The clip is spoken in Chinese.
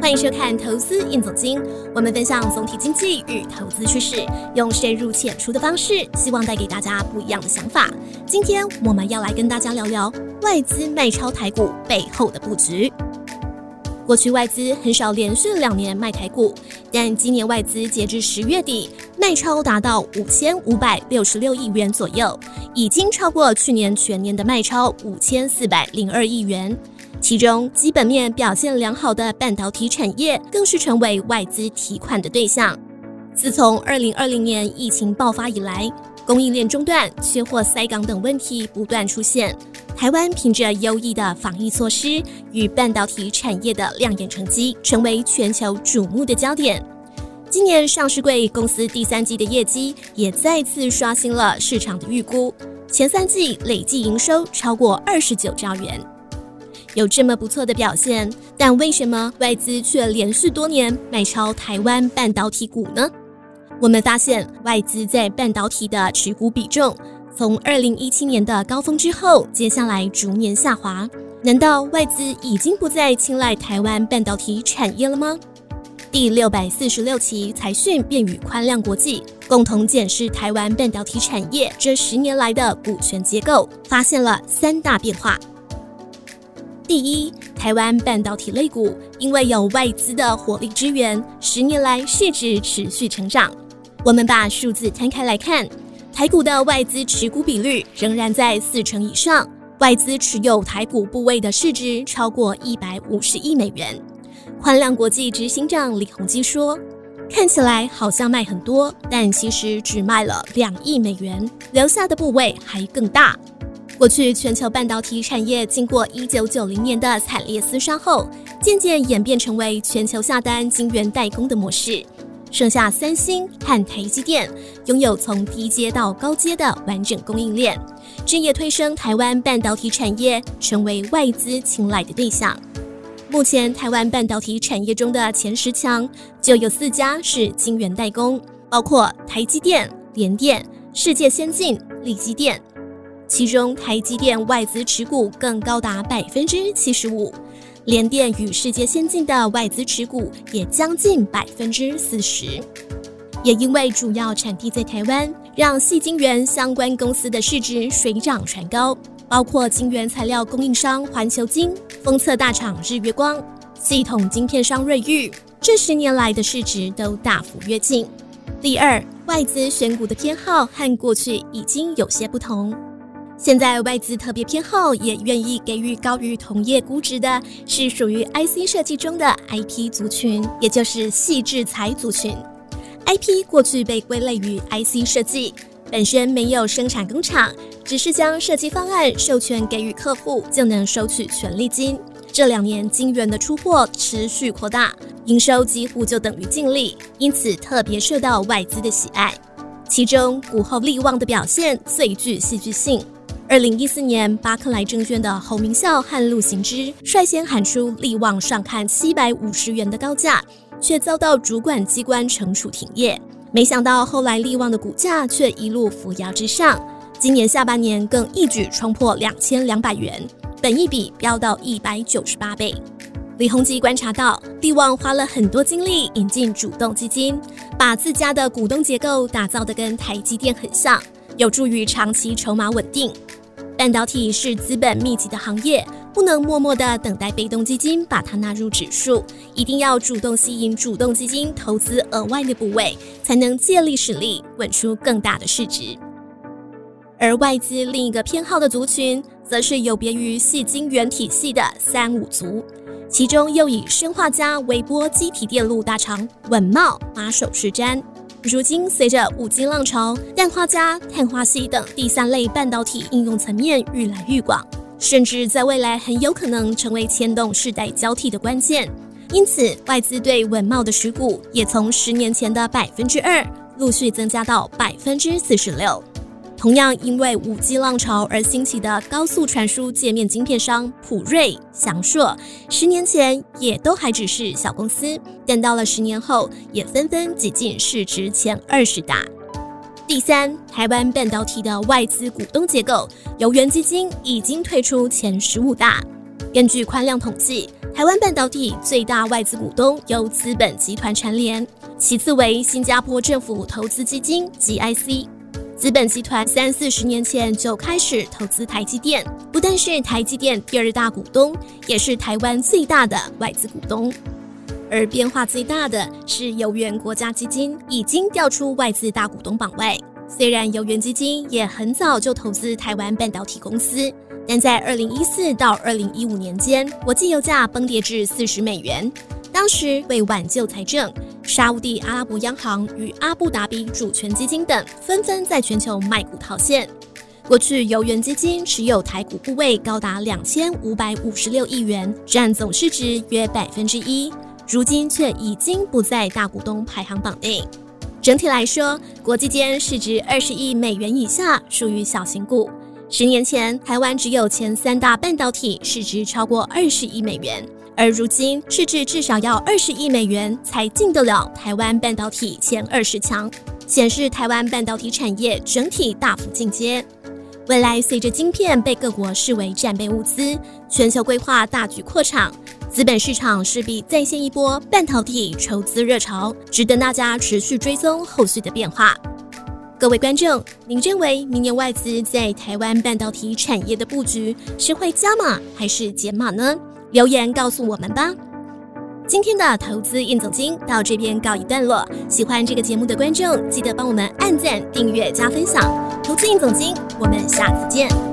欢迎收看投资硬总经，我们分享总体经济与投资趋势，用深入浅出的方式，希望带给大家不一样的想法。今天我们要来跟大家聊聊外资卖超台股背后的布局。过去外资很少连续2年卖台股，但今年外资截至10月底卖超达到5566亿元左右，已经超过去年全年的卖超5402亿元。其中基本面表现良好的半导体产业更是成为外资提款的对象。自从2020年疫情爆发以来，供应链中断、缺货塞港等问题不断出现，台湾凭着优异的防疫措施与半导体产业的亮眼成绩，成为全球瞩目的焦点。今年上市柜公司第3季的业绩也再次刷新了市场的预估，前3季累计营收超过29兆元。有这么不错的表现，但为什么外资却连续多年买超台湾半导体股呢？我们发现外资在半导体的持股比重从2017年的高峰之后，接下来逐年下滑。难道外资已经不再青睐台湾半导体产业了吗？第646期财讯便与宽量国际共同检视台湾半导体产业这10年来的股权结构，发现了3大变化。第一，台湾半导体类股因为有外资的火力支援，10年来市值持续成长。我们把数字摊开来看，台股的外资持股比率仍然在40%以上，外资持有台股部位的市值超过150亿美元。宽量国际执行长李宏基说，看起来好像卖很多，但其实只卖了2亿美元，留下的部位还更大。过去全球半导体产业经过1990年的惨烈厮杀后，渐渐演变成为全球下单晶圆代工的模式，剩下三星和台积电拥有从低阶到高阶的完整供应链，这也推升台湾半导体产业成为外资青睐的对象。目前台湾半导体产业中的前10强就有4家是晶圆代工，包括台积电、联电、世界先进、力积电。其中台积电外资持股更高达 75%， 联电与世界先进的外资持股也将近 40%。 也因为主要产地在台湾，让矽晶圆相关公司的市值水涨船高，包括晶圆材料供应商环球晶、封测大厂日月光、系统晶片商瑞昱，这10年来的市值都大幅跃进。第二，外资选股的偏好和过去已经有些不同。现在外资特别偏好也愿意给予高于同业估值的是属于 IC 设计中的 IP 族群，也就是矽智财族群。 IP 过去被归类于 IC 设计，本身没有生产工厂，只是将设计方案授权给予客户就能收取权利金。这2年晶圆的出货持续扩大，营收几乎就等于净利，因此特别受到外资的喜爱。其中股后力旺的表现最具戏剧性。2014年，巴克莱证券的侯明孝和陆行之率先喊出力旺上看750元的高价，却遭到主管机关惩处停业。没想到后来力旺的股价却一路扶摇直上，今年下半年更一举冲破2200元，本益比飙到198倍。李宏基观察到，力旺花了很多精力引进主动基金，把自家的股东结构打造得跟台积电很像，有助于长期筹码稳定。半导体是资本密集的行业，不能默默地等待被动基金把它纳入指数，一定要主动吸引主动基金投资额外的部位，才能借力使力，稳出更大的市值。而外资另一个偏好的族群，则是有别于矽晶圆体系的35族，其中又以砷化镓、微波机体电路大厂稳懋马首是瞻。如今随着5G 浪潮，氮化镓、碳化矽等第3类半导体应用层面愈来愈广，甚至在未来很有可能成为牵动世代交替的关键。因此外资对稳懋的持股也从10年前的 2% 陆续增加到 46%。同样因为5G 浪潮而兴起的高速传输界面晶片商普瑞、祥硕，10年前也都还只是小公司，但到了10年后也纷纷挤进市值前20大。第三，台湾半导体的外资股东结构，由元基金已经退出前15大。根据宽量统计， 台湾半导体最大外资股东由资本集团蝉联，其次为新加坡政府投资基金 GIC。资本集团30-40年前就开始投资台积电，不但是台积电第2大股东，也是台湾最大的外资股东。而变化最大的是邮源国家基金已经调出外资大股东榜外。虽然邮源基金也很早就投资台湾半导体公司，但在2014到2015年间，国际油价崩跌至$40。当时为挽救财政，沙烏地阿拉伯央行与阿布达比主权基金等纷纷在全球卖股套现。过去邮源基金持有台股部位高达2556亿元，占总市值约1%，如今却已经不在大股东排行榜内。整体来说，国际间市值$20亿以下属于小型股。10年前，台湾只有前3大半导体市值超过$20亿，而如今市值至少要$20亿才进得了台湾半导体前20强，显示台湾半导体产业整体大幅进阶。未来随着晶片被各国视为战备物资，全球规划大举扩厂，资本市场势必再现一波半导体筹资热潮，值得大家持续追踪后续的变化。各位观众，您认为明年外资在台湾半导体产业的布局是会加码还是减码呢？留言告诉我们吧。今天的投资硬总经到这边告一段落，喜欢这个节目的观众记得帮我们按赞、订阅、加分享。投资硬总经，我们下次见。